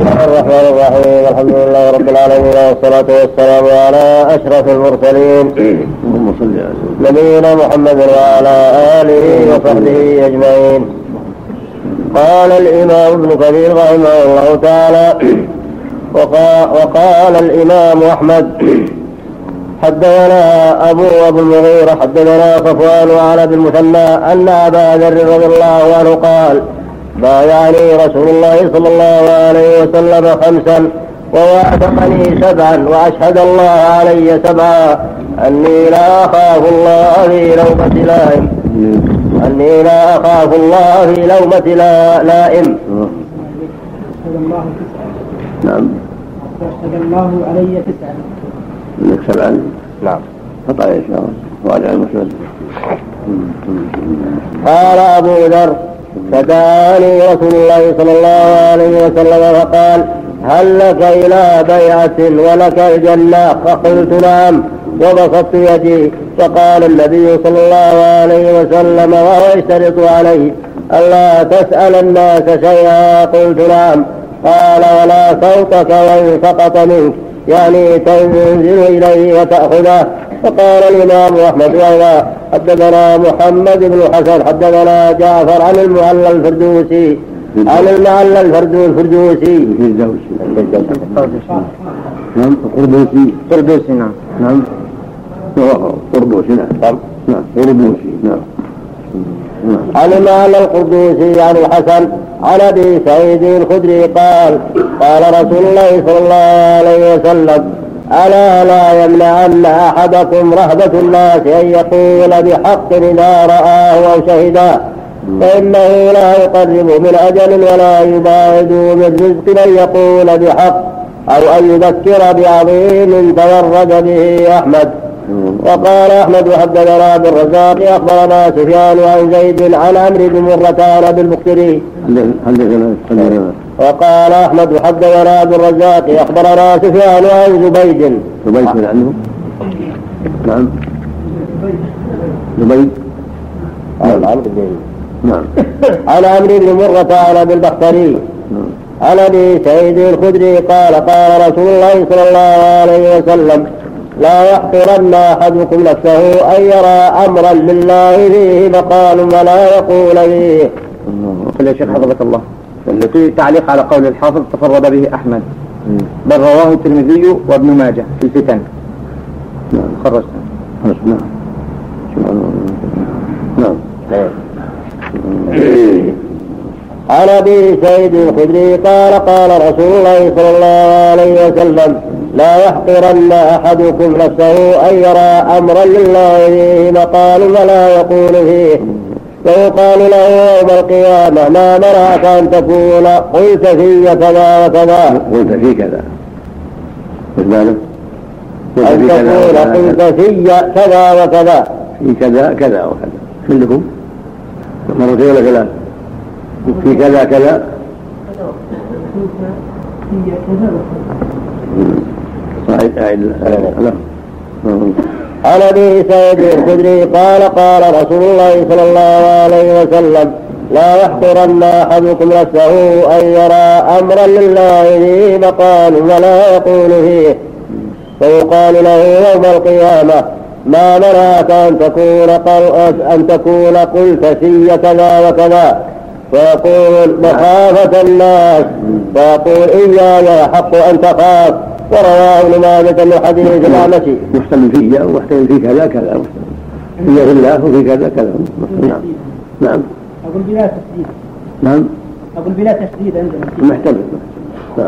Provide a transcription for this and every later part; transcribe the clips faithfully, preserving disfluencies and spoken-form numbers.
الله الرحمن الرحيم. الحمد لله رب العالمين والصلاة والسلام على أشرف المرسلين نبينا محمد وعلى آله وصحبه أجمعين. قال الإمام ابن كثير رحمه الله تعالى وقال الإمام أحمد حدثنا أبو أبو المغيرة حدثنا صفوان وعلى بالمثنى أن أبا ذر رضي الله عنه قال بايعني رسول الله صلى الله عليه وسلم خمسا ووافقني سبعا وأشهد الله علي سبعا أني لا أخاف الله في لومة لائم أني لا أخاف الله في لومة لائم. نعم. أشهد الله علي تسعا. لك سبعا. نعم. فطع إن شاء الله. وعلى المسلم. قال أبو ذر فدعاني رسول الله صلى الله عليه وسلم فقال هل لك إلى بيعة ولك الجنة؟ فقلت نعم وبسطت يدي. فقال النبي صلى الله عليه وسلم وهو يشترط عليه ألا تسأل الناس شيئا. قلت نعم. قال ولا صوتك وإن سقط منك يعني تنزل إليه وتأخذه. فقال الإمام أحمد وإذا حدثنا محمد بن حسن حدثنا جعفر عن المعلى الفردوسي عن المعلى الفردوسي نعم القردوسي الفردوسي نعم نعم القردوسي نعم نعم القردوسي نعم عن المعلى القردوسي عن الحسن عن أبي سعيد الخدري قال قال رسول الله صلى الله عليه وسلم ألا لا يمنعن أحدكم رهبة الناس أن يقول بحق إذا رآه أو شهده فإنه لا يقرب من أجل ولا يباعد من رزق من يقول بحق أو أن يذكر بعظيم تورد به أحمد. وقال أحمد حدثنا بالرزاق أخبرنا سفيان عن زيد عن عمرو بن مرة بالمقتري. وقال أحمد حدثنا بالرزاق أخبرنا سفيان عن زبيد زبيد عنه نعم زبيد نعم عن عمرو بن مرة على بالبختري عن أبي سعيد الخدري قال قال رسول الله صلى الله عليه وسلم لا يحقرن أحدكم نفسه أن يرى أمرا لله فيه مقال ولا يقول فيه. يا شيخ حفظك الله في تعليق على قول الحافظ تفرد به أحمد بل رواه الترمذي وابن ماجه في الفتن. نعم خرجت نعم نعم عن أبي سعيد الخدري قال قال رسول الله صلى الله عليه وسلم لا يحقرن أحدكم نفسه أن يرى أمرا لله فيه مقال ولا يقول فيه ويقال له يوم القيامة ما منعك أن تكون قلت في كذا وكذا قلت في كذا أن تكون قلت في كذا وكذا في كذا كذا وكذا كلكم مرتين ولا ثلاث في كذا كذا عن أبي سعيد الخدري قال قال رسول الله صلى الله عليه وسلم لا يحقرن أحدكم نفسه أن يرى أمرا لله فيه مقال ولا يقول فيه فيقال له يوم القيامة ما منعك أن تكون أن تكون قلت في كذا وكذا فيقول مخافة الناس فيقول إياي يحق أن تخاف. ورواه ابن ماجه من حديث الأعمشي محتمل فيه ومحتمل في كذا كذا في الله وفي كذا كذا. نعم نعم أقول بلا تشديد. نعم أقول بلا تشديد عندنا محتمل. نعم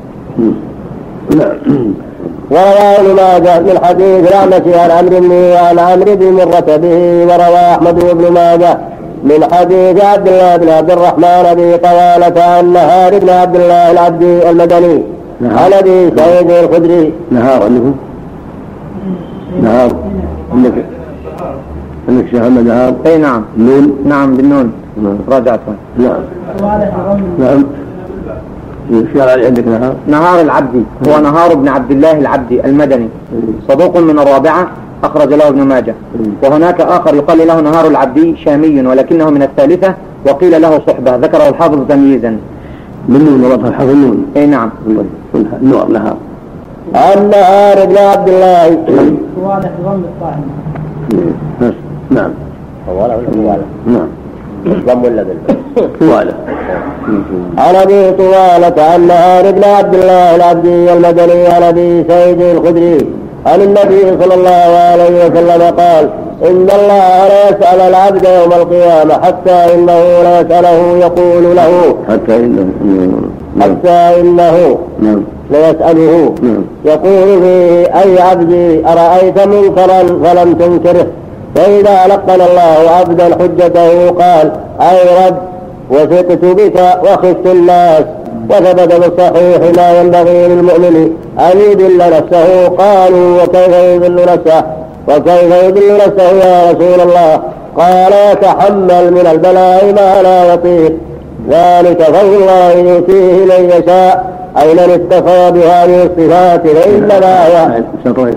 نعم ورواه ابن ماجه من حديث الأعمشي عن عمرو عن عمرو بن مرة به. وروى أحمد بن ماجه من حديث عبد الله بن عبد الرحمن أبي قوالة عن نهار بن عبد الله العبدي المدني عن أبي سعيد الخدري. نهار أنه نهار عندك عندك شيخ محمد نهار. أي نعم نون نعم بالنون راجعتها. نعم نعم الشيخ علي عندك نهار. نهار العبدي هو نهار بن عبد الله العبدي المدني صدوق من الرابعة أخرج له ابن ماجه. وهناك آخر يقال له نهار العبدي شامي ولكنه من الثالثة وقيل له صحبة ذكره الحافظ تمييزا. بالنون ورفع حرف النون. اي نعم. النور لها. عن نهار بن عبد الله. واضح ضم الطاعن. نعم. طوالة ولا طوالة؟ نعم. ضم ولا ذل؟ طوالة. عن ابي طوالة عن نهار بن عبد الله العبدي المدني عن ابي سعيد الخدري عن النبي صلى الله عليه وسلم قال: إن الله لا يسأل العبد يوم القيامة حتى إنه لا يسأله يقول له حتى إنه حتى إنه نعم ليسأله نعم يقول فيه: أي عبدي أرأيت منكرا فلم تنكره؟ فإذا لقن الله عبدا حجته قال: أي رب وثقت بك وخفت الناس. وثبت بالصحيح ما ينبغي للمؤمن أن يذل نفسه. قالوا: وكيف يذل نفسه وكيف يذل نفسه يا رسول الله؟ قال: يتحمل من البلاء ما لا يطيق. ذلك فضل الله يؤتيه من يشاء. أي من اتقى بهذه الصفات فإنما هو.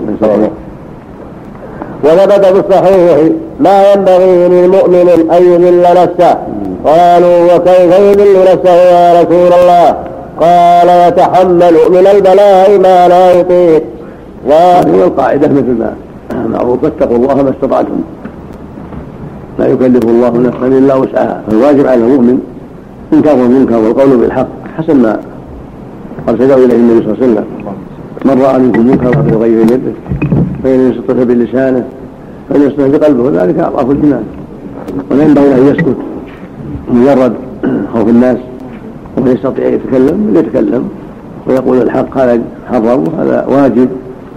وثبت بالصحيح ما ينبغي للمؤمن أن يذل نفسه. قالوا: وكيف يذل نفسه يا رسول الله؟ قال: يتحمل من البلاء ما لا يطيق. وهذه القاعدة مثل ما معروف: اتقوا الله ما استطعتم، لا يكلف الله نفسا إلا وسعها. فالواجب على المؤمن إنكار المنكر والقول بالحق حسن ما أرشده إليه النبي صلى الله عليه وسلم: من رأى منكم منكرا فليغيره بيده، فإن يستطع بلسانه فإن يستطع بقلبه، ذلك أضعف الإيمان. ولا ينبغي أن يسكت مجرد خوف الناس، ومن يستطيع يتكلم يتكلم ويقول الحق، هذا حرم وهذا واجب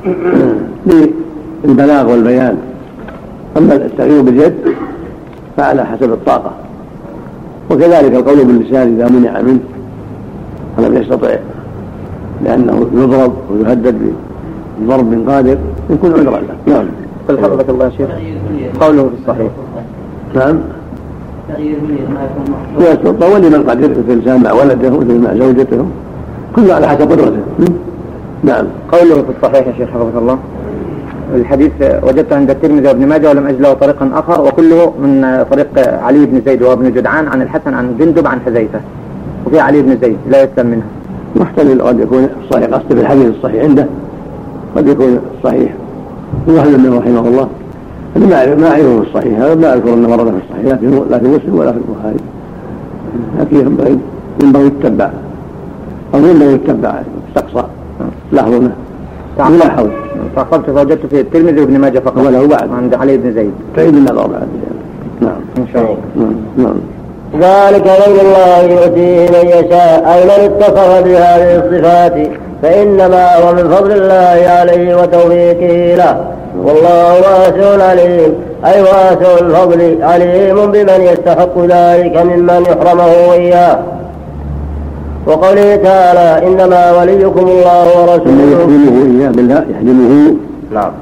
للبلاغ والبيان. أما التغيير باليد فعلى حسب الطاقة، وكذلك القول باللسان إذا منع منه ولم يستطع لأنه يضرب ويهدد بضرب من قادر يكون عذرا له. نعم. قل حفظك الله يا شيخ. قوله في الصحيح. نعم. يستطيع ولمن قدر في الإنسان مع ولده مثل مع زوجته، كله على حسب قدرته. نعم. قوله في الصحيح يا شيخ حفظك الله. الحديث وجدته عند الترمذي وابن ماجه ولم أجد له طريقا آخر، وكله من طريق علي بن زيد وابن جدعان عن الحسن عن جندب عن حذيفة، وفي علي بن زيد لا يسلم منها. محتمل قد يكون الصحيح قصد في الحديث الصحيح عنده، قد يكون الصحيح واحد منه رحمه الله. أنا ما أعرفه الصحيح، هذا ما أذكر أنه ورد في الصحيح لا في مسلم ولا في البخاري، لكن ينبغي ينبغي يتبع أو ينبغي يتبع استقصى لاحظونه ولا حول. فقلت فوجدت في الترمذي وابن ماجه فقط وله بعد عند علي بن زيد. تعيد النظر بعد. نعم إن شاء الله. نعم. نعم. ذلك فضل الله يؤتيه من يشاء. أي من اتصف بهذه الصفات فإنما هو من فضل الله عليه وتوفيقه له، والله واسع عليم. أي واسع الفضل عليم بمن يستحق ذلك ممن يحرمه إياه. وقوله تعالى: إنما وليكم الله ورسوله. يحرمه إياه بالله يحرمه. نعم.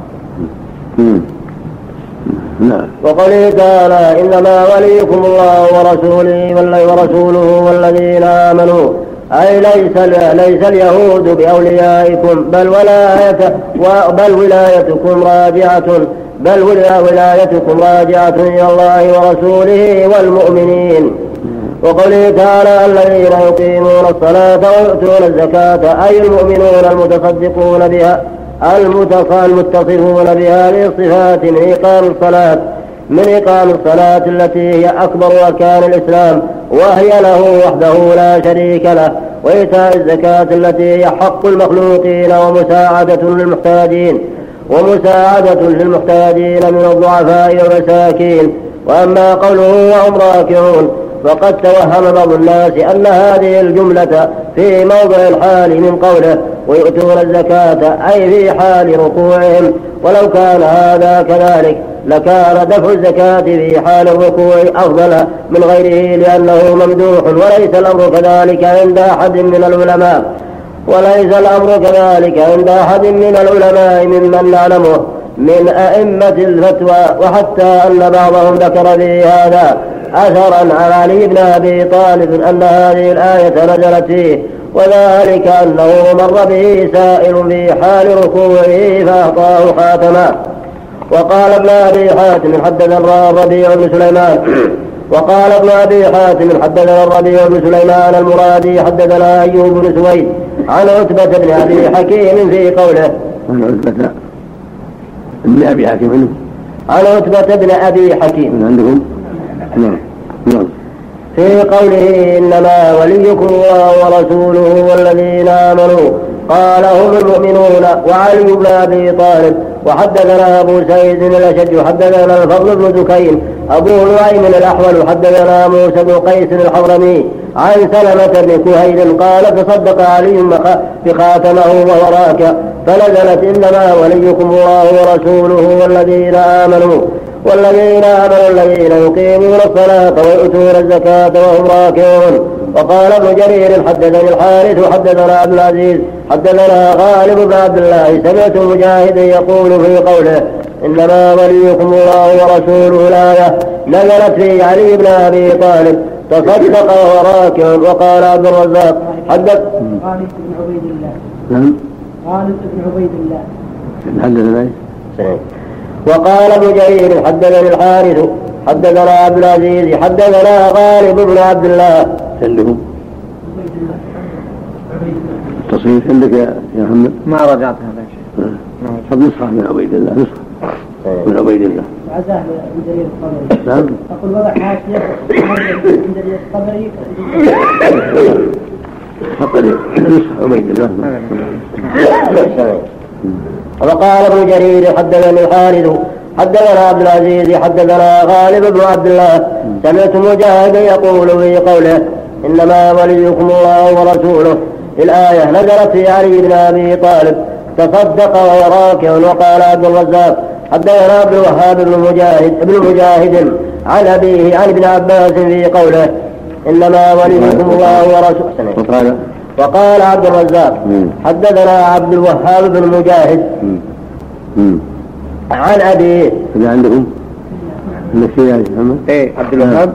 نعم. وقوله تعالى: إنما وليكم الله ورسوله ورسوله والذين آمنوا. أي ليس ليس اليهود بأوليائكم، بل ولاية بل ولايتكم راجعة بل ولايتكم راجعة إلى الله ورسوله والمؤمنين. وقوله تعالى: الذين يقيمون الصلاة ويؤتون الزكاة. أي المؤمنون المتصدقون بها المتصفون بهذه الصفات من إقام الصلاة من إقام الصلاة التي هي أكبر أركان الإسلام، وهي له وحده لا شريك له، وإيتاء الزكاة التي هي حق المخلوقين ومساعدة للمحتاجين ومساعدة للمحتاجين من الضعفاء والمساكين. وأما قوله وهم راكعون فقد توهم بعض الناس أن هذه الجملة في موضع الحال من قوله ويؤتون الزكاة أي في حال ركوعهم، ولو كان هذا كذلك لكان دفع الزكاة في حال الركوع أفضل من غيره لأنه ممدوح، وليس الأمر كذلك عند أحد من العلماء وليس الأمر كذلك عند أحد من العلماء ممن نعلمه من أئمة الفتوى، وحتى أن بعضهم ذكر في هذا أثرا عن علي بن أبي طالب أن هذه الآية نزلت فيه، وذلك أنه مر به سائل في حال ركوعه فأعطاه خاتما. وقال ابن أبي حاتم حدثنا الربيع بن سليمان وقال ابن أبي حاتم حدثنا الربيع بن سليمان المرادي حدثنا أيوب بن سويد عن عتبة بن أبي حكيم في قوله عن عتبة بن أبي حكيم عن عتبة بن أبي حكيم من عندكم؟ نعم نعم في قوله إنما وليكم الله ورسوله والذين آمنوا قال هم المؤمنون وعلي بن أبي طالب. وحدثنا أبو سعيد الأشج حدثنا الفضل بن دكين أبو نعيم الأحول حدثنا موسى بن قيس الحضرمي عن سلمة بن كهيل قال تصدق علي بخاتمه ووراك فنزلت إنما وليكم الله ورسوله والذين آمنوا والذين آمنوا الذين يقيمون الصلاة ويؤتون الزكاة وهم راكعون. وقال ابن جرير حدثني الحارث حدثنا عبد العزيز حدثنا غالب بن عبد الله سمعت مجاهدا يقول في قوله إنما وليكم الله ورسوله الآية نزلت في علي بن أبي طالب تصدق وهو راكع. وقال عبد الرزاق حدث خالد بن عبيد الله نعم خالد بن عبيد الله حدثنا وقال ابن جرير حدثني الحارث حدثنا عبد العزيز حدثنا غالب بن عبد الله. عندكم تصحيح عندك يا محمد؟ ما رجعت هذا الشيء. حب نسخة من عبيد الله نسخة من عبيد الله عزاه بن جرير الطبري. نعم أقول وضع حاشية بن جرير الطبري حق نسخة عبيد الله. وقال ابن جرير حدثني الحارث حدثنا عبد العزيز حدثنا غالب بن عبد الله سمعت مجاهدا يقول في قوله إنما وليكم الله ورسوله الآية نزلت في علي بن أبي طالب تصدق وهو راكع. وقال عبد الرزاق حدثنا عبد الوهاب بن مجاهد ابن مجاهد عن أبيه عن ابن عباس في قوله إنما وليكم الله ورسوله. وقال عبد الرزاق حدثنا عبد الوهاب بن مجاهد عن أبيه. هذا عندكم؟ النسيئة محمد؟ ايه عبد الوهاب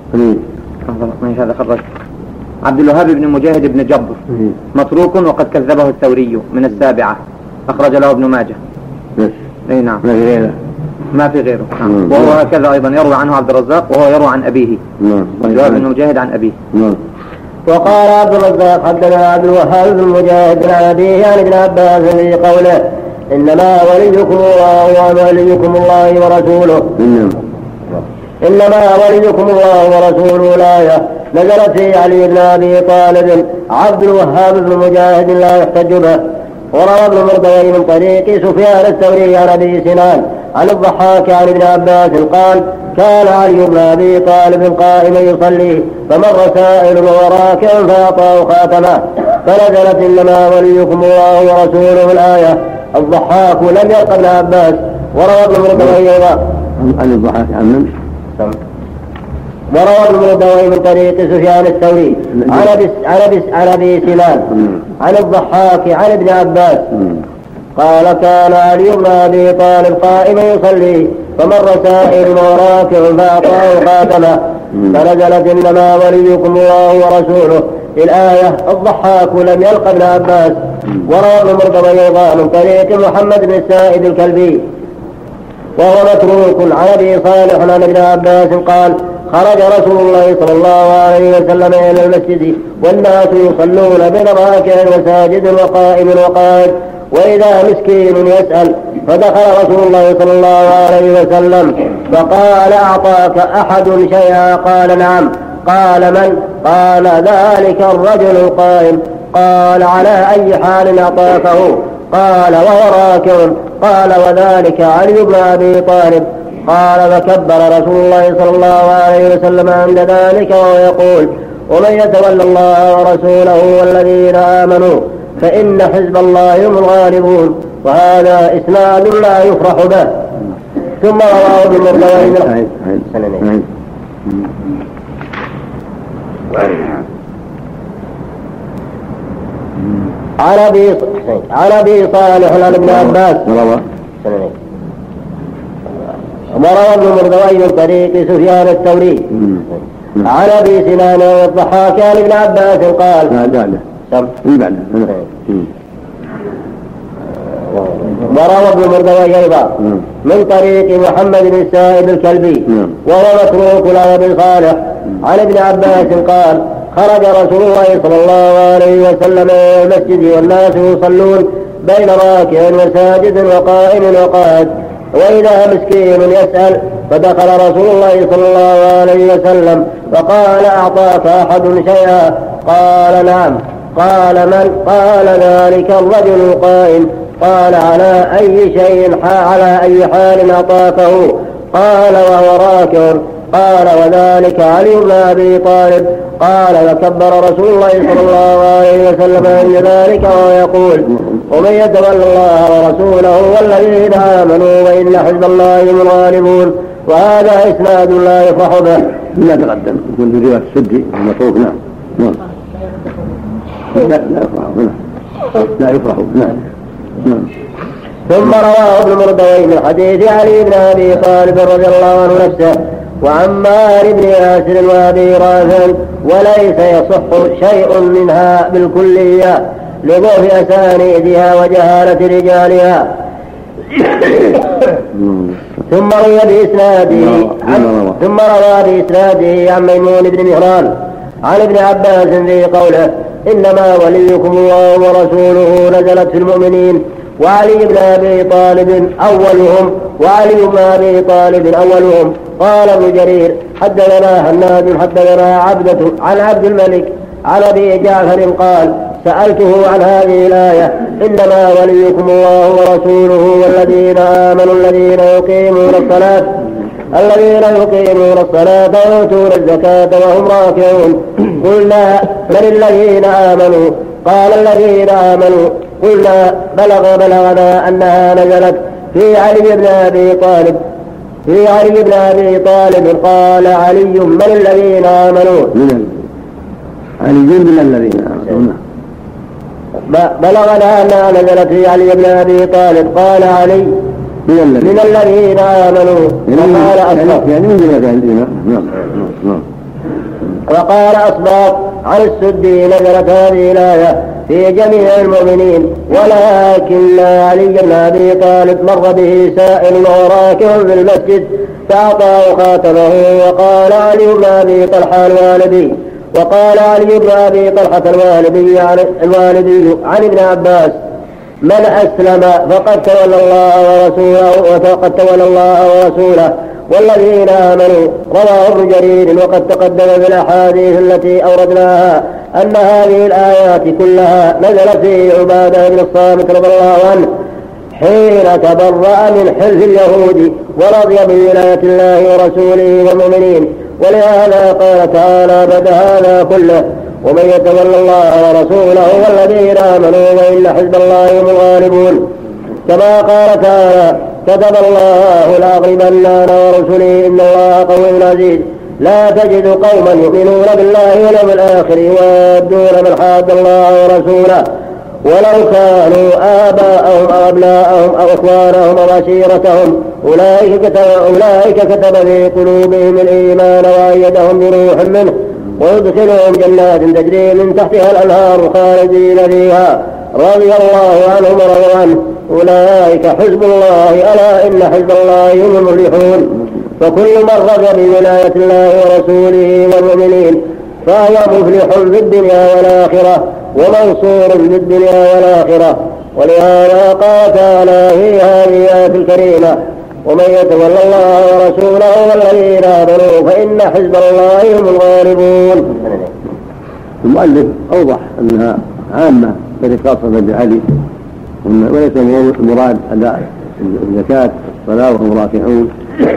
ما هذا خرج عبد الوهاب بن مجاهد بن جبر متروك وقد كذبه الثوري من السابعة أخرج له ابن ماجه. بس اي نعم ما في غيره ما في غيره نعم. وهو هكذا أيضا يروي عنه عبد الرزاق وهو يروي عن أبيه نعم عبد الوهاب بن مجاهد عن أبيه. نعم. وقال عبد الرزاق حدثنا عبد الوهاب بن مجاهد عن أبيه عن ابن عباس في قوله إنما وليكم الله ووليكم الله ورسوله إنما وليكم الله ورسوله الآية نزلت في علي بن أبي طالب. عبد الوهاب بن مجاهد لا يحتج به. وروى ابن مردوي من طريق سفيان الثوري عن أبي سنان عن الضحاك عن ابن عباس قال كان علي بن أبي طالب قائما يصلي فمر سائل وراكع فأعطاه خاتمه فنزلت إنما وليكم الله ورسوله الآية. الضحاك لم يلق ابن عباس. وروى ابن مردوي عن الضحاك عن من؟ وروى ابن مردوي من طريق سفيان الثوري عن ابي عن ابي سنان عن الضحاك عن ابن عباس قال كان علي بن ابي طالب قائما يصلي فمر سائل وراكع فاعطاه خاتمه فنزلت انما وليكم الله ورسوله الآية. الضحاك لم يلق ابن عباس. وروى ابن مردوي من طريق محمد بن السائب الكلبي وهو متروك عن ابي صالح عن ابن عباس قال خرج رسول الله صلى الله عليه وسلم إلى المسجد والناس يصلون بين راكع وساجد وقائم وقائد وإذا مسكين يسأل فدخل رسول الله صلى الله عليه وسلم فقال أعطاك أحد شيئا؟ قال نعم. قال من؟ قال ذلك الرجل القائم. قال على أي حال أعطاكه؟ قال وهو راكع. قال وذلك علي بن أبي طالب. قال فكبر رسول الله صلى الله عليه وسلم عند ذلك وهو يقول ومن يتولى الله ورسوله والذين آمنوا فإن حزب الله هم الغالبون. وهذا إسناد لا يفرح به. ثم رواه ابن مردوي عن أبي عن أبي صالح عن ابن عباس وروى ابن مردوي من طريق سفيان الثوري عن ابي سنان والضحاك عن ابن عباس قال وروى ابن مردويه أيضا من طريق محمد بن السائب الكلبي وهو متروك لا بن صالح عن ابن عباس قال خرج رسول الله صلى الله عليه وسلم إلى المسجد والناس يصلون بين راكع وساجد وقائم وقاعد وإذا مسكين يسأل فدخل رسول الله صلى الله عليه وسلم فقال أعطاك أحد شيئا؟ قال نعم. قال من؟ قال ذلك الرجل القائم. قال على أي شيء على أي حال أعطاكه؟ قال وهو راكع. قال وذلك علي بن أبي طالب. قال وكبر رسول الله صلى الله عليه وسلم عند ذلك وهو يقول ومن يتولى الله ورسوله والذين آمنوا وإن حزب الله هم الغالبون. وهذا إسناد لا يفرح به. لا تقدم يكون في رواية السدي المتروك. نعم نعم لا لا يفرح لا يفرح نعم نعم. ثم رواه ابن مردويه من حديث علي بن أبي طالب رضي الله عنه نفسه وعمار بن ياسر وأبي رافع وليس يصح شيء منها بالكلية لضعف أسانيدها وجهالة رجالها. ثم روى بإسناده ثم روى بإسناده عن ميمون بن مهران عن ابن عباس في قوله إنما وليكم الله ورسوله نزلت في المؤمنين وعلي بن أبي طالب أولهم وعلي بن أبي طالب أولهم. قال ابن جرير حدثنا هناد حدثنا عبدة عن عبد الملك عن أبي جعفر قال سألته عن هذه الآية إنما وليكم الله ورسوله والذين آمنوا الذين يقيمون الصلاة الذين يقيمون الصلاة ويؤتون الزكاة وهم راكعون. قلنا من الذين آمنوا؟ قال الذين آمنوا. قلنا بلغ بلغنا أنها نزلت في علي بن أبي طالب في علي بن أبي طالب. قال علي من الذين آمنوا؟ علي من الذين آمنوا. بلغنا أنها نزلت في علي بن أبي طالب. قال علي من, من الذين آمنوا. وقال أصباط يعني من الذين آمنوا. وقال أصباط عن السدي نزلت هذه الآية في جميع المؤمنين ولكن علي بن أبي طالب مر به سائل وهو راكع في المسجد فأعطاه خاتمه. وقال علي بن أبي طلحة الوالدي وقال علي بن أبي طلحة الوالدي عن, الوالدي عن ابن عباس من أسلم فقد تولى الله ورسوله وقد تولى الله ورسوله والذين آمنوا. رواه ابن جرير وقد تقدم بالأحاديث التي أوردناها أن هذه الآيات كلها نزلت في عبادة بن الصامت رضي الله عنه حين تبرأ من حلف اليهود ورضي بولاية الله ورسوله والمؤمنين. ولهذا قال تعالى بعد هذا كله ومن يتولى الله ورسوله والذين آمنوا وإن حزب الله هم الغالبون. كما قال تعالى كتب الله لأغلبن أنا ورسلي إن الله قوي عزيز. لا تجد قوما يؤمنون بالله واليوم الآخر يوادون من حاد الله ورسوله ولو كانوا آباءهم أو أبناءهم أو إخوانهم أو عشيرتهم أولئك كتب, أولئك كتب في قلوبهم الإيمان وأيدهم بروح منه ويدخلهم جنات تجري من تحتها الأنهار خالدين فيها رضي الله عنهم ورضوا عنه أولئك حزب الله ألا إن حزب الله هم المفلحون. فكل من رغب بولاية الله ورسوله والمؤمنين فهو مفلح في الدنيا والآخرة ومنصور في الدنيا والآخرة. ولهذا قال تعالى في هذه الآية الكريمة ومن يتولى الله ورسوله والذين آمنوا فإن حزب الله هم الغالبون. المؤلف أوضح أنها عامة ليس خاصة بعلي وليس المراد أداء الزكاة الصلاة وهم راكعون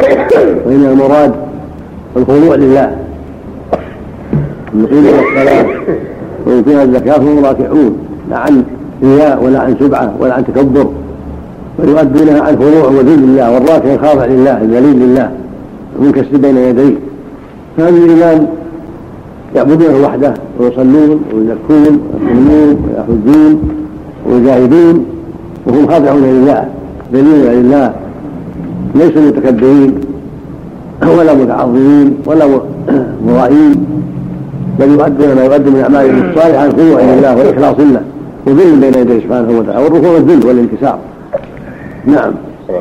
وإن المراد الخضوع لله المقيم الصلاة ويقيم الزكاة وهم راكعون لا عن رياء ولا عن سبعة ولا عن تكبر ويؤدونها عن خضوع وذل لله والراكع خاضع لله الذليل لله منكسر بين يديه. فهذا الإيمان يعبدونه وحده ويصلون ويزكون ويصومون ويحجون ويجاهدون وهم خاضعون لله ذليل لله ليسوا متكبرين ولا متعظمين ولا مرائين بل يؤدون ما يؤدي من أعمالهم الصالحة الخضوع لله والإخلاص له وذل بين يديه سبحانه وتعالى والركوع والذل والانكسار نعم.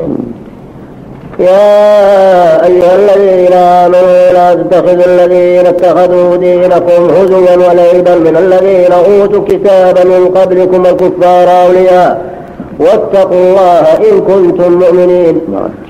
يا أيها الذين آمنوا لا تتخذوا الذين اتخذوا دينكم هزوا ولعبا من الذين أوتوا الكتاب من قبلكم الكفار أولياء واتقوا الله إن كنتم مؤمنين.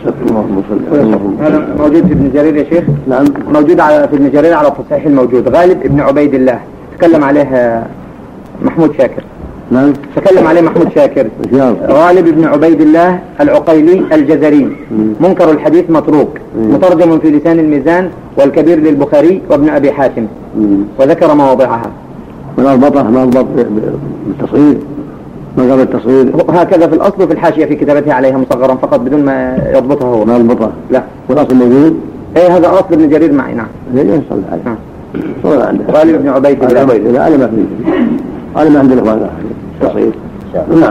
هذا موجود في ابن جرير يا شيخ؟ نعم موجود على في ابن جرير على التصحيح الموجود. غالب ابن عبيد الله تكلم عليه محمود شاكر. نعم تكلم عليه محمود شاكر. غالب ابن عبيد الله العقيلي الجزري منكر الحديث متروك مترجم في لسان الميزان والكبير للبخاري وابن أبي حاتم وذكر مواضعها. من أضبطه ما أضبط بالتصغير ما قبل التصغير هكذا في الأصل وفي الحاشية في كتابته عليها مصغرا فقط بدون ما يضبطها هو. ما أضبطه لا والأصل موجود. ايه هذا أصل ابن جرير معي. نعم ليه صلى عليه صلى عنده غالب ابن عبيد الله. عبيد الله أنا ما فيه أنا ما عندنا هذا تصغير. نعم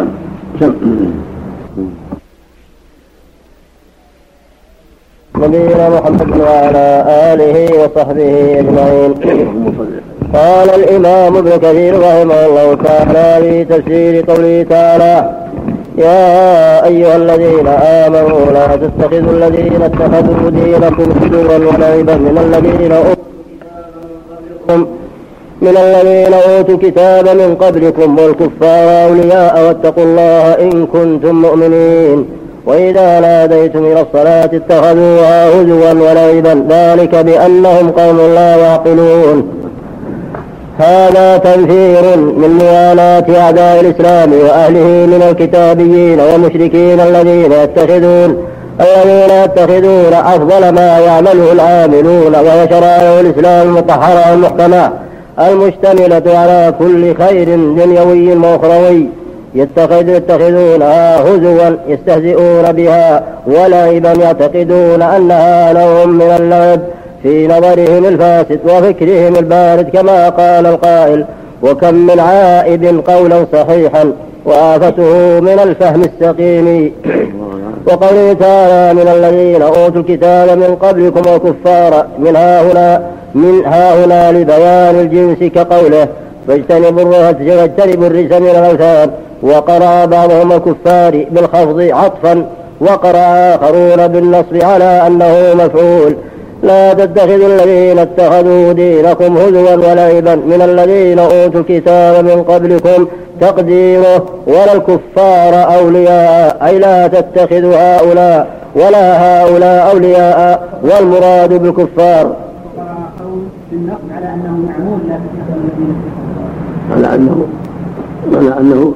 نبينا محمد وعلى آله وصحبه أجمعين. قال الإمام ابن كثير رحمه الله تعالى في تفسير قوله تعالى يا أيها الذين آمنوا لا تتخذوا الذين اتخذوا دينكم هزوا ولعبا من الذين أوتوا من الذين أوتوا الكتاب من قبلكم والكفار أولياء واتقوا الله إن كنتم مؤمنين وإذا ناديتم إلى الصلاة اتخذوها هزوا ولعبا ذلك بأنهم قوم لا يعقلون. هذا تنفير من موالاه أعداء الإسلام وأهله من الكتابيين والمشركين الذين يتخذون الذين يتخذون أفضل ما يعمله العاملون وهي شرائع الإسلام المطهرة المحكمة المشتملة على كل خير دنيوي وأخروي يتخذ يتخذونها هزوا يستهزئون بها ولعبا يعتقدون أنها لهم من اللعب في نظرهم الفاسد وفكرهم البارد كما قال القائل وكم من عائب قولا صحيحا وآفته من الفهم السقيم. وقوله تعالى من الذين أوتوا الكتاب من قبلكم وكفار من ها هنا من ها هنا لبيان الجنس كقوله فاجتنبوا الرجس من الأوثان. وقرأ بعضهم الكفار بالخفض عطفا وقرأ آخرون بالنصب على أنه مفعول لا تتخذوا الذين اتخذوا دينكم هزوا ولعبا من الذين أوتوا الكتاب من قبلكم تقديره ولا الكفار أولياء أي لا تتخذوا هؤلاء ولا هؤلاء أولياء والمراد بالكفار على أنه معمول لا تتخذوا الذين على أنه على أنه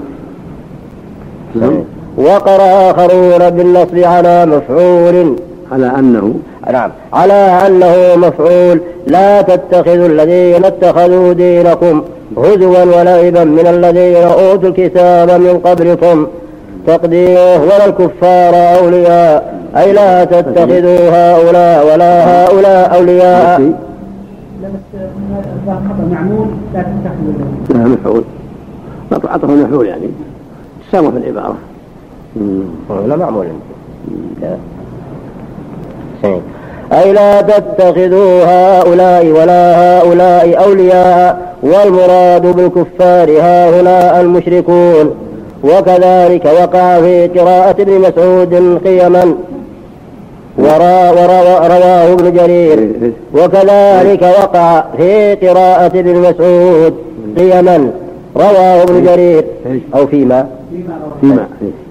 وقرأ آخرون بالنصب على مفعول على أنه نعم على أنه مفعول لا تتخذوا الذين اتخذوا دينكم هزوا ولعبا من الذين أوتوا الكتاب من قبلكم تقديره ولا الكفار أولياء أي لا تتخذوا هؤلاء ولا هؤلاء أولياء. لا بس معمول لا تتخذوا لا مفعول عطف مفعول يعني سامة في العبارة لا معمول أي لا تتخذوا هؤلاء ولا هؤلاء أولياء والمراد بالكفار ها هنا المشركون. وكذلك وقع في قراءة ابن مسعود قيما ورواه ابن جرير. وكذلك وقع في قراءة ابن مسعود قيما رواه ابن جرير أو فيما فيما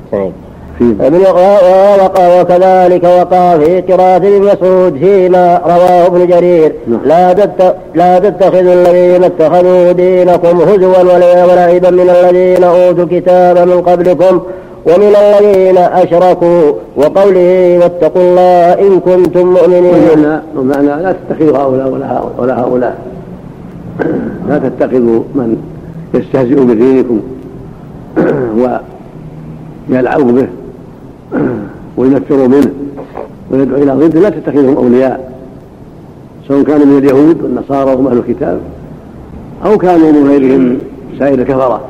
وكذلك وقع في قراءة ابن مسعود فيما رواه ابن جرير لا لا تتخذوا الذين اتخذوا دينكم هزوا ولعبا من الذين أوتوا الكتاب من قبلكم ومن الذين أشركوا وقوله واتقوا الله إن كنتم مؤمنين. ومعنى لا تتخذوا هؤلاء ولا هؤلاء لا تتخذوا من يستهزئ بدينكم ويلعب به وينفر منه ويدعو إلى ضده لا تتخذهم أولياء سواء كانوا من اليهود والنصارى وهم أهل الكتاب أو كانوا من غيرهم سائر الكفرة.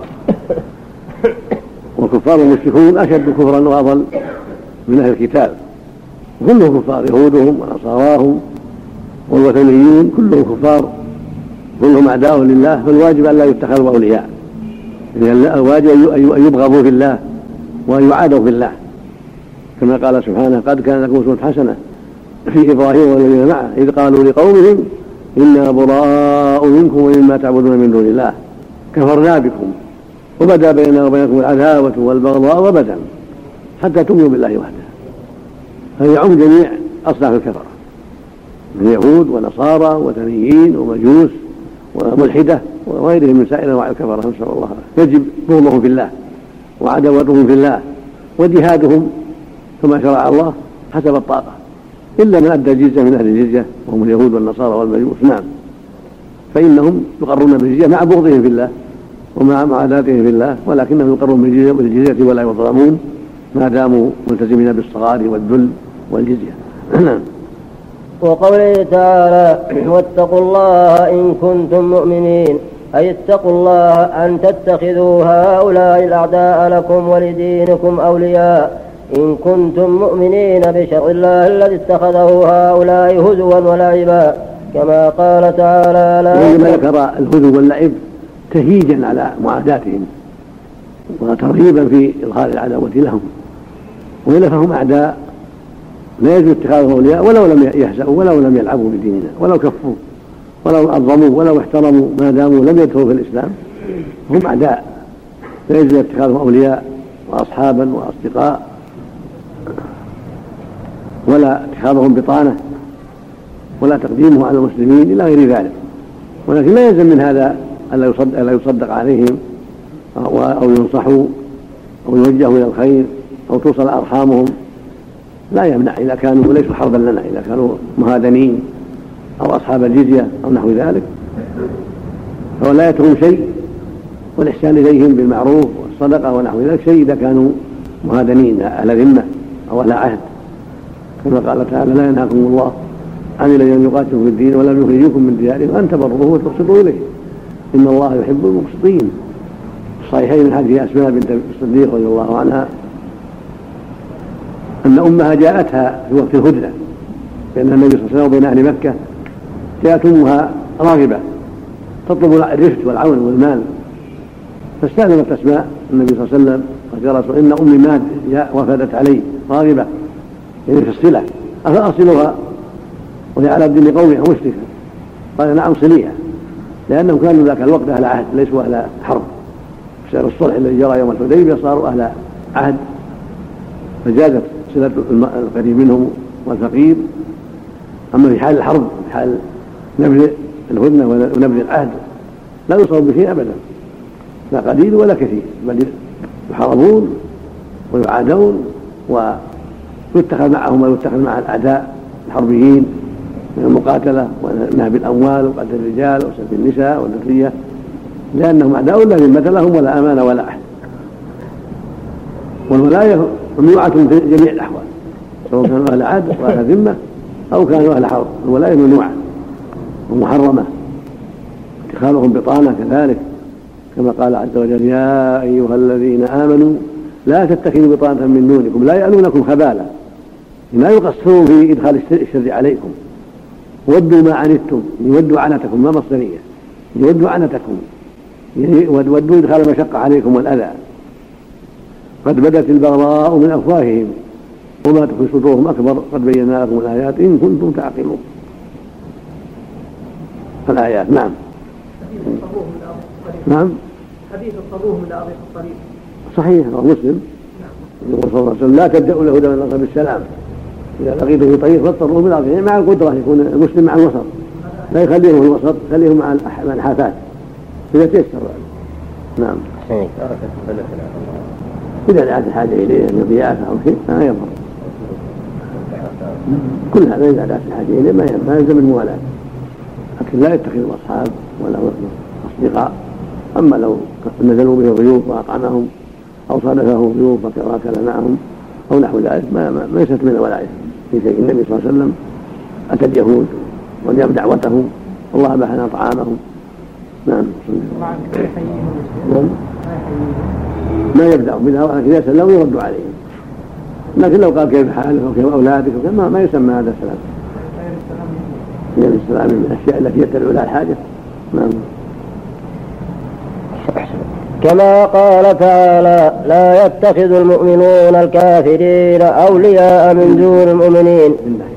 والكفار المشركون أشد كفرا وأضل من أهل الكتاب كلهم كفار يهودهم ونصاراهم والوثنيون كلهم كفار كلهم أعداء لله فالواجب أن لا يتخذوا أولياء الواجب أن يبغضوا في الله وأن يعادوا في الله كما قال سبحانه قد كان لكم أسوة حسنة في إبراهيم والذين معه إذ قالوا لقومهم إنا براء منكم ومما تعبدون من دون الله كفرنا بكم وبدا بيننا وبينكم العداوة والبغضاء وبدا حتى تؤمنوا بالله وحده. فيعم جميع أصناف الكفرة من يهود ونصارى وثنيين ومجوس وملحدة وغيرهم من سائر أنواع الكفرة، نسأل الله. يجب بغضهم في الله وعداوتهم في الله وجهادهم كما شرع الله حسب الطاقة، إلا من أدى الجزية من أهل الجزية وهم اليهود والنصارى والمجوس، نعم، فإنهم يقرون بالجزية مع بغضهم في الله ومع معاداتهم في الله، ولكنهم يقرون بالجزية ولا يظلمون ما داموا ملتزمين بالصغار والذل والجزية. وقوله تعالى واتقوا الله إن كنتم مؤمنين، أي اتقوا الله أن تتخذوا هؤلاء الأعداء لكم ولدينكم أولياء إن كنتم مؤمنين بشرع الله الذي اتخذه هؤلاء هزوا ولعبا، كما قال تعالى لا وإنما ذكر الهزو واللعب تهيجا على معاداتهم وترغيبا في إظهار العداوة لهم، وإلا فهم أعداء لا يجوز اتخاذهم أولياء ولو لم يهزأوا ولو لم يلعبوا بديننا ولو كفوا ولو عظموا ولو احترموا ما داموا لم يدخلوا في الإسلام، هم أعداء لا يجوز اتخاذهم أولياء وأصحابا وأصدقاء ولا اتخاذهم بطانة ولا تقديمه على المسلمين إلى غير ذلك. ولكن لا يلزم من هذا ألا يصدق, ألا يصدق عليهم أو ينصحوا أو يوجهوا إلى الخير أو توصل أرحامهم، لا يمنع إذا كانوا ليسوا حربا لنا، إذا كانوا مهادنين أو أصحاب الجزية أو نحو ذلك فولايتهم شيء والإحسان إليهم بالمعروف والصدقة ونحو ذلك شيء إذا كانوا مهادنين أهل ذمة أو أهل عهد، كما قال تعالى لا ينهاكم الله عن الذين يقاتلوا في الدين ولم يخرجوكم من ديارهم أن تبروه وتقسطوا إليه إن الله يحب المقسطين. الصحيحين من حديث أسماء بنت الصديق رضي الله عنها أن أمها جاءتها في وقت الهدنة لأن النبي صلى الله عليه وسلم بين أهل مكة، جاءت أمها راغبة تطلب الرفد والعون والمال، فاستأذنت أسماء النبي صلى الله عليه وسلم قالت يا رسول إن أمي مات وفدت علي راغبة يعني في الصلة أفأصلها وهي على دين قومها مشركة؟ قال نعم صليها، لأنهم كانوا ذاك الوقت أهل عهد ليسوا أهل حرب، بسبب الصلح الذي جرى يوم الحديبية صاروا أهل عهد، فجازت صلة القريب منهم والفقير. أما في حال الحرب في حال نبذ الهدنة ونبذ العهد لا يصاب بشيء أبدا، لا قليل ولا كثير، بل يحاربون ويعادون ويتخذ معهم ويتخذ مع الأعداء الحربيين من المقاتلة ونهب الأموال وقتل الرجال وسلب النساء والذرية، لأنهم أعداء لا ذمة لهم ولا أمان ولا عهد. والولاية ممنوعة في جميع الأحوال سواء كانوا أهل عهد وأهل ذمة أو كانوا أهل حرب، الولاية ممنوعة ومحرمة، اتخاذهم بطانة كذلك كما قال عز وجل يا أيها الذين آمنوا لا تتخذوا بطانة من دونكم لا يألونكم خبالا لا يقصرون في إدخال الشر عليكم ودوا ما عنتم يودوا عنتكم ما مصدرية يودوا عنتكم يعني ودوا إدخال المشقة عليكم والأذى قد بدت البغضاء من أفواههم وما تخفي صدورهم أكبر قد بينا لكم الآيات إن كنتم تعقلون. الآيات نعم نعم حديث الطبوه من أرض الطريق صحيح مسلم يقول صلى الله عليه وسلم لا تبدأوا اليهود من الأرض بالسلام إذا لقيته في طريق فاضطروه بالأرض يعني مع القدرة يكون المسلم مع الوسط لا يخليهم في الوسط خليهم مع الحافات إذا تيسر. نعم إذا دعت الحاجة إليه من ضيافة أو شيء ما يضر، كل هذا إذا دعت الحاجة إليه ما يلزم الموالاة، لكن لا يتخذوا أصحاب ولا أصدقاء. أما لو نزلوا به ضيوف وأطعمهم أو صادفهم ضيوف وكل معهم أو نحو ذلك ما, ما, ما يسلت من الولاية في شيء. النبي صلى الله عليه وسلم أتى اليهود وليب دعوتهم والله بحنا طعامهم. نعم ما يبدأ بها ولكن يسلم يردوا عليهم، لكن لو قال كيف حالك وكيف أولادك وكيف ما يسمى هذا السلام، يعني السلام من الأشياء التي يتبع لها الحاجة. نعم كما قال تعالى: لا يتخذ المؤمنون الكافرين أولياء من دون المؤمنين.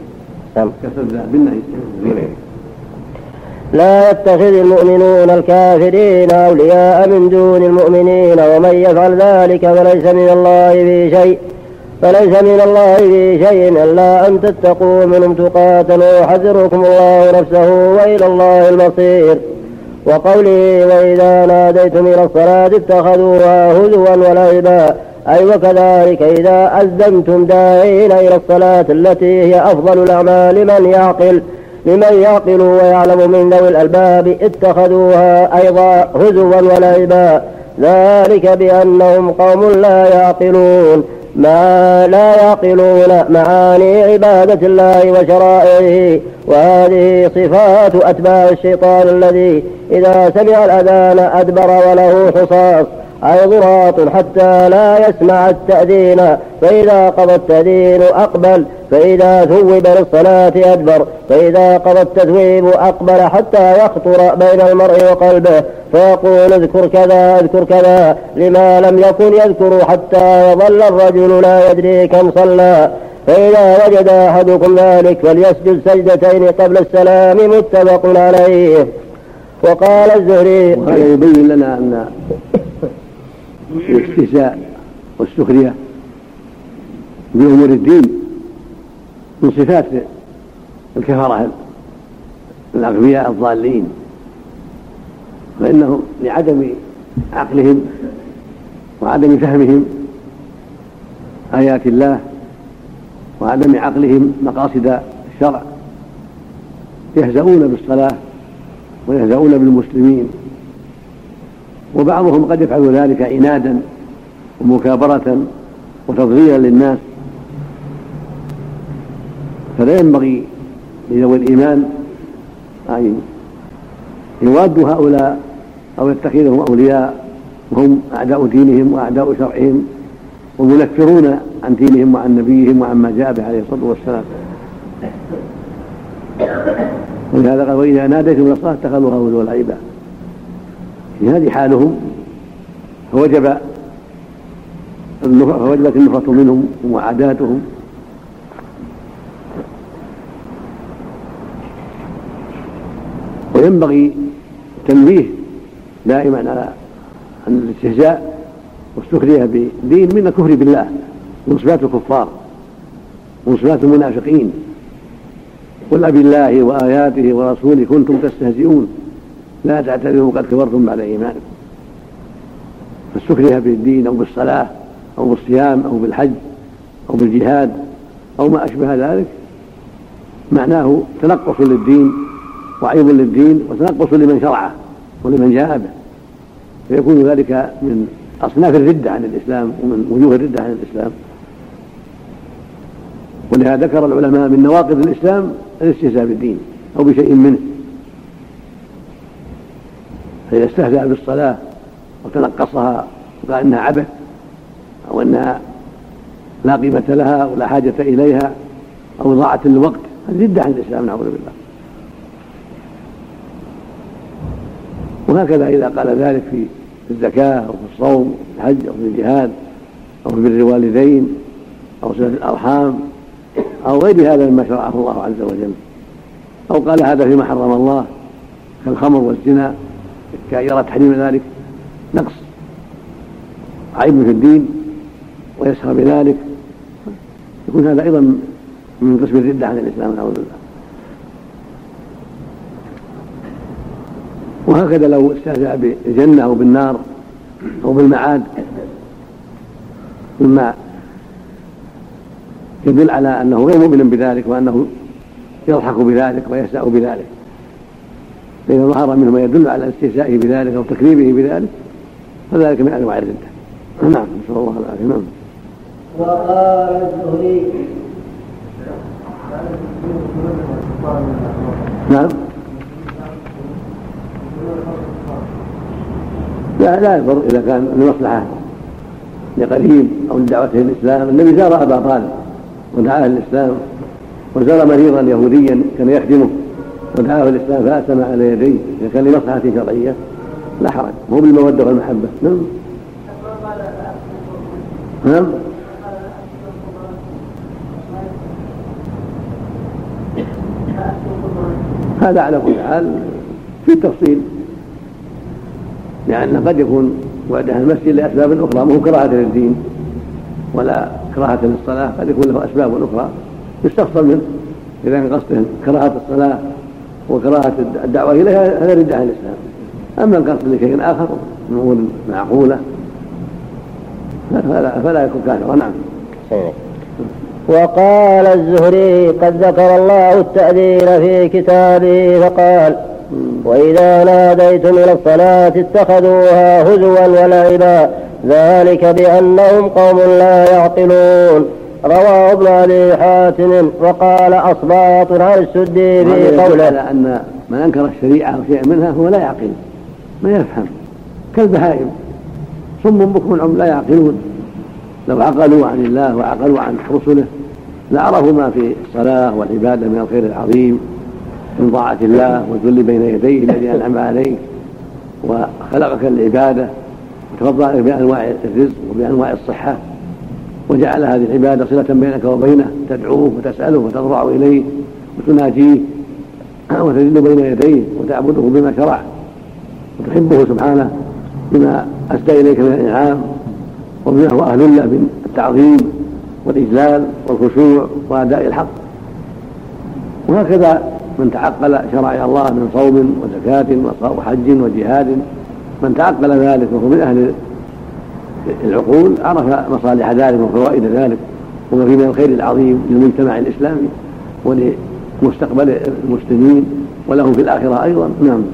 لا يتخذ المؤمنون الكافرين أولياء من دون المؤمنين ومن يفعل ذلك فليس من الله في شيء فليس من الله في شيء إلا أن تتقوا منهم تقاتلوا يحذركم الله نفسه وإلى الله المصير. وقوله: وإذا ناديتم إلى الصلاة اتخذوها هزوا ولعبا، أي وكذلك إذا أذنتم داعين إلى الصلاة التي هي أفضل الأعمال لمن يعقل لمن يعقل ويعلم من ذوي الألباب اتخذوها أيضا هزوا ولعبا، ذلك بأنهم قوم لا يعقلون ما لا يعقلون معاني عبادة الله وشرائعه. وهذه صفات أتباع الشيطان الذي إذا سمع الأذان أدبر وله حصاص أي ضراط حتى لا يسمع التأذين، فإذا قضى التأذين أقبل، فإذا ثوب للصلاة أدبر، فإذا قضى التثويب أقبل حتى يخطر بين المرء وقلبه فيقول: اذكر كذا اذكر كذا، لما لم يكن يذكر حتى يظل الرجل لا يدري كم صلى. فإذا وجد أحدكم ذلك فليسجد سجدتين قبل السلام، متفق عليه. وقال الزهري: وهذا يبين لنا أن الاستهزاء والسخرية بأمور الدين من صفات الكفرة الأغبياء الضالين، فإنهم لعدم عقلهم وعدم فهمهم آيات الله وعدم عقلهم مقاصد الشرع يهزؤون بالصلاة ويهزؤون بالمسلمين، وبعضهم قد يفعل ذلك عنادا ومكابرة وتضليلا للناس. فلا ينبغي لذوي الإيمان أن يوادوا هؤلاء أو يتخذهم أولياء وهم أعداء دينهم وأعداء شرعهم ومنفرون عن دينهم وعن نبيهم وعن ما جاء به عليه الصلاة والسلام. ولهذا قال: وإذا ناديتم إلى الصلاة اتخذوها هزوا ولعبا. في هذه حالهم فوجب فوجبت النفرة منهم ومعاداتهم، وينبغي التنبيه دائما على أن الاستهزاء والسخرية بدين من الكفر بالله، من صفات الكفار ومن صفات المنافقين. قل أبالله وآياته ورسوله كنتم تستهزئون لا تعتذروا قد كفرتم بعد إيمانكم. فالسخرية بالدين أو بالصلاة أو بالصيام أو بالحج أو بالجهاد أو ما أشبه ذلك معناه تنقص للدين وعيب للدين وتنقص لمن شرعه ولمن جاء به، فيكون ذلك من أصناف الردة عن الإسلام ومن وجوه الردة عن الإسلام. ولهذا ذكر العلماء من نواقض الإسلام الاستهزاء بالدين أو بشيء منه، فإذا استهزأ بالصلاة وتنقصها وقال إنها عبث أو أنها لا قيمة لها ولا حاجة إليها أو ضاعت الوقت، هذه ردة عن الإسلام نعوذ بالله. وهكذا إذا قال ذلك في الزكاة أو في الصوم أو في الحج أو في الجهاد أو في بر الوالدين أو صلة الأرحام أو غير هذا مما شرعه الله عز وجل، أو قال هذا فيما حرم الله كالخمر والزنا يرى تحريم ذلك نقص عيب في الدين ويسخر بذلك، يكون هذا أيضا من قسم الردة عن الإسلام نعوذ بالله. وهكذا لو استهزأ بالجنة أو بالنار أو بالمعاد مما يدل على أنه غير مؤمن بذلك وأنه يضحك بذلك ويسأل بذلك، فإذا ظهر منه ما يدل على استهزائه بذلك أو تكذيبه بذلك فذلك من أنواع الردة. نعم، نسأل الله العافية. نعم. وقال الزهري: نعم، لا لا يضر إذا كان لمصلحة لقريب أو لدعوته الإسلام. النبي زار أبا طالب ودعاه الإسلام، وزار مريضا يهوديا كان يخدمه ودعاه الإسلام فأسلم على يديه، إذا كان لمصلحة شرعية لا حرج، مو بالمودة والمحبة. نعم نعم هذا على كل حال في تفصيل، لأن قد يكون وعدها المسجد لأسباب أخرى، مو كراهة للدين ولا كراهة للصلاة، قد يكون له أسباب أخرى يستفصل منه. إذا من قصده كراهة الصلاة وكراهة الدعوة إليها هذا ردة عن الإسلام. أما القصد لشيء آخر أمور معقولة فلا, فلا يكون كافرا. نعم. وقال الزهري قد ذكر الله التأذين في كتابه فقال وإذا ناديتم إلى الصلاة اتخذوها هزوا ولعبا ذلك بأنهم قوم لا يعقلون. رواه ابن أبي حاتم. وقال أصباط عن السدي في قوله على أن من أنكر الشريعة أو شيء منها هو لا يعقل، ما يفهم، كالبهائم صم بكم عم لا يعقلون. لو عقلوا عن الله وعقلوا عن رسله لعرفوا ما في الصلاة والعبادة من الخير العظيم من طاعة الله والذل بين يديه الذي أنعم عليك وخلقك العبادة وتفضل عليك بأنواع الرزق وبأنواع الصحة، وجعل هذه العبادة صلة بينك وبينه، تدعوه وتسأله وتضرع إليه وتناجيه وتذل بين يديه وتعبده بما شرع وتحبه سبحانه بما أسدى إليك من الإنعام وبما هو أهل له من التعظيم والإجلال والخشوع وأداء الحق. وهكذا من تعقل شرائع الله من صوم وزكاة وحج وجهاد، من تعقل ذلك وهو من أهل العقول عرف مصالح ذلك وفوائد ذلك وما فيه من الخير العظيم للمجتمع الإسلامي ولمستقبل المسلمين ولهم في الآخرة أيضا. نعم.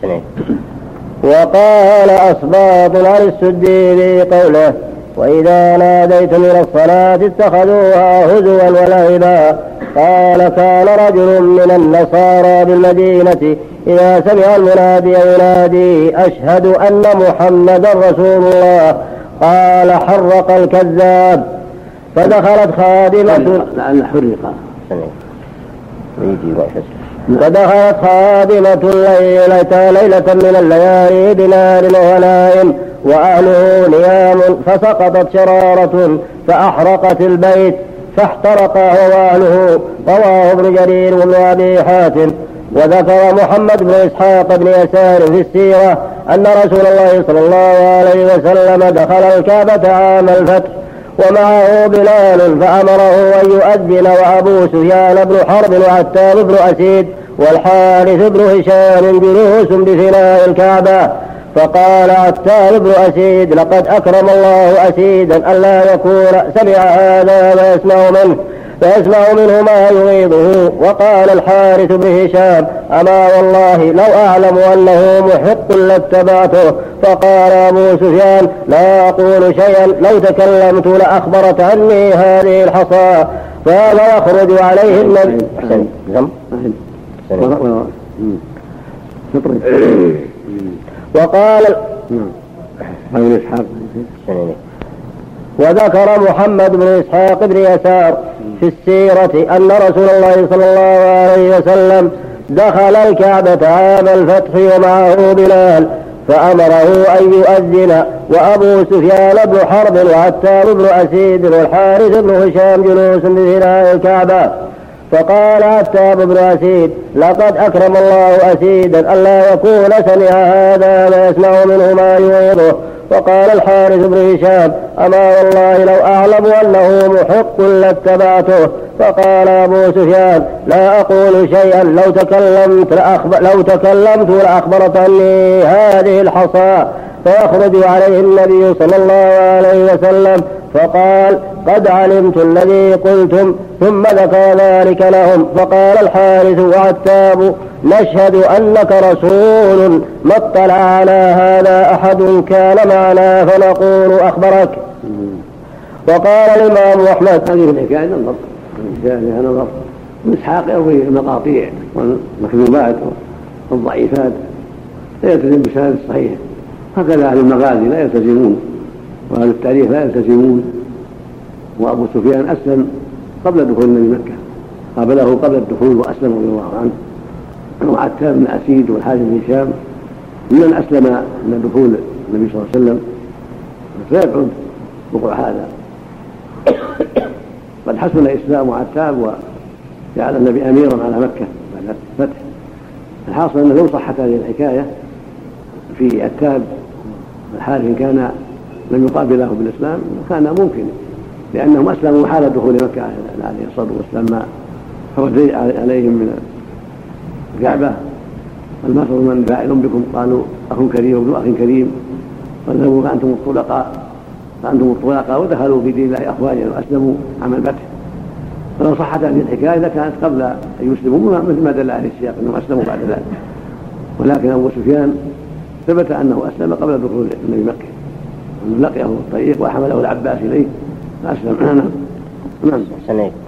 وقال أصباط عن السدي في قوله وإذا ناديتم إلى الصلاة اتخذوها هزوا ولعبا. قال كان رجل من النصارى بالمدينة إذا سمع المنادي ينادي أشهد أن محمدا رسول الله قال حرق الكذاب. فدخلت خادمة لعل حرق فدخلت خادمة ليلة ليلة من الليالي بنار وغنائم وأهله نيام فسقطت شرارة فأحرقت البيت فاحترق هو وأهله. رواه ابن جرير وابن أبي حاتم. وذكر محمد بن إسحاق بن يسار في السيرة أن رسول الله صلى الله عليه وسلم دخل الكعبة عام الفتح ومعه بلال فأمره أن يؤذن وأبو سفيان بن حرب وعتاب بن أسيد والحارث بن هشام جلوس بفناء الكعبة. فقال عتاب بن أسيد لقد أكرم الله أسيدا ألا يكون سمع هذا ويسمع منه فيسمع منه ما يغيظه. وقال الحارث بن هشام أما والله لو أعلم أنه محق لاتبعته. فقال أبو سفيان لا أقول شيئا لو تكلمت لأخبرت عني هذه الحصى. فهذا يخرج عليه النبي. وقال وذكر محمد بن إسحاق بن يسار في السيرة أن رسول الله صلى الله عليه وسلم دخل الكعبة عام الفتح ومعه بلال فأمره أن يؤذن وأبو سفيان بن حرب وعتاب بن أسيد والحارث بن هشام جلوس بفناء الكعبة. فقال عتاب بن أسيد لقد أكرم الله أسيدا ألا يكون سمع هذا ويسمع منه ما يغيظه. وقال الحارث بن هشام أما والله لو أعلم أنه محق لاتبعته. فقال أبو سفيان لا أقول شيئا لو تكلمت لأخبر لو تكلمت لأخبرت عني هذه الحصى. فيخرج عليه النبي صلى الله عليه وسلم فقال قد علمت الذي قلتم ثم ذكر ذلك لهم. فقال الحارث وعتاب نشهد أنك رسول ما اطلع على هذا أحد كان معنا فنقول أخبرك. وقال الإمام أحمد هذه الحكاية نظر فيها نظر من إسحاق يروي المقاطيع والمكذوبات والضعيفات لا يلتزم بسند الصحيح. هكذا أهل المغازي لا يلتزمون وأهل التاريخ لا يلتزمون. وأبو سفيان أسلم قبل دخول النبي مكة، قابله قبل الدخول وأسلم رضي الله عنه. وعتاب بن أسيد والحارث بن هشام من أسلم من دخول النبي صلى الله عليه وسلم فيبعد وقوع هذا. قد حسن إسلام عتاب وجعل النبي أميرا على مكة بعد الفتح. الحاصل أنه لو صحت هذه الحكاية في عتاب الحارث إن كان لم يقابله بالإسلام كان ممكن، لأنهم أسلموا حال دخول مكة عليه الصلاة والسلام ما فرد عليهم من الكعبة المفر من فاعل بكم قالوا أخ كريم وابن أخ كريم فاذهبوا فأنتم الطلقاء فأنتم الطلقاء ودخلوا في دين الله أفواجا وأسلموا عام الفتح. فلو صحت هذه الحكاية لكانت قبل أن يسلموا مثل ما دل عليه السياق أنهم أسلموا بعد ذلك، ولكن أبو سفيان ثبت أنه أسلم قبل دخول النبي مكة، أنه لقيه في الطريق وحمله العباس إليه فأسلم. نعم. نعم.